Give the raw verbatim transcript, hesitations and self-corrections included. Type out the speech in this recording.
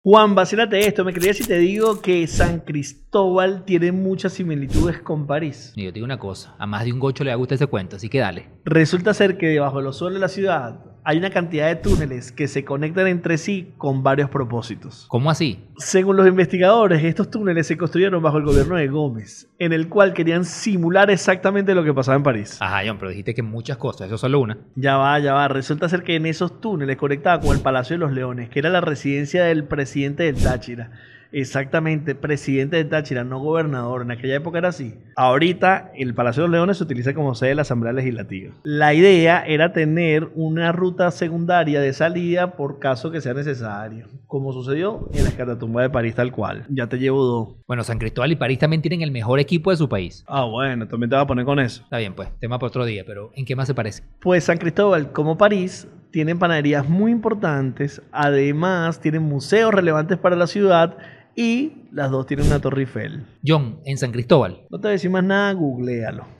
Juan, vacílate esto. Me creía si te digo que San Cristóbal tiene muchas similitudes con París. Y yo te digo una cosa, a más de un gocho le gusta ese cuento, así que dale. Resulta ser que debajo de los suelos de la ciudad hay una cantidad de túneles que se conectan entre sí con varios propósitos. ¿Cómo así? Según los investigadores, estos túneles se construyeron bajo el gobierno de Gómez, en el cual querían simular exactamente lo que pasaba en París. Ajá, John, pero dijiste que muchas cosas, eso es solo una. Ya va, ya va. Resulta ser que en esos túneles conectaba con el Palacio de los Leones, que era la residencia del presidente del Táchira. Exactamente, presidente de Táchira, no gobernador. En aquella época era así. Ahorita el Palacio de los Leones se utiliza como sede de la Asamblea Legislativa. La idea era tener una ruta secundaria de salida por caso que sea necesario, como sucedió en la Escaratumba de París tal cual. Ya te llevo dos. Bueno, San Cristóbal y París también tienen el mejor equipo de su país. Ah, bueno, también te vas a poner con eso. Está bien, pues, tema para otro día, pero ¿en qué más se parece? Pues San Cristóbal, como París, tienen panaderías muy importantes. Además, tienen museos relevantes para la ciudad. Y las dos tienen una Torre Eiffel. John, en San Cristóbal. No te voy a decir más nada, googléalo.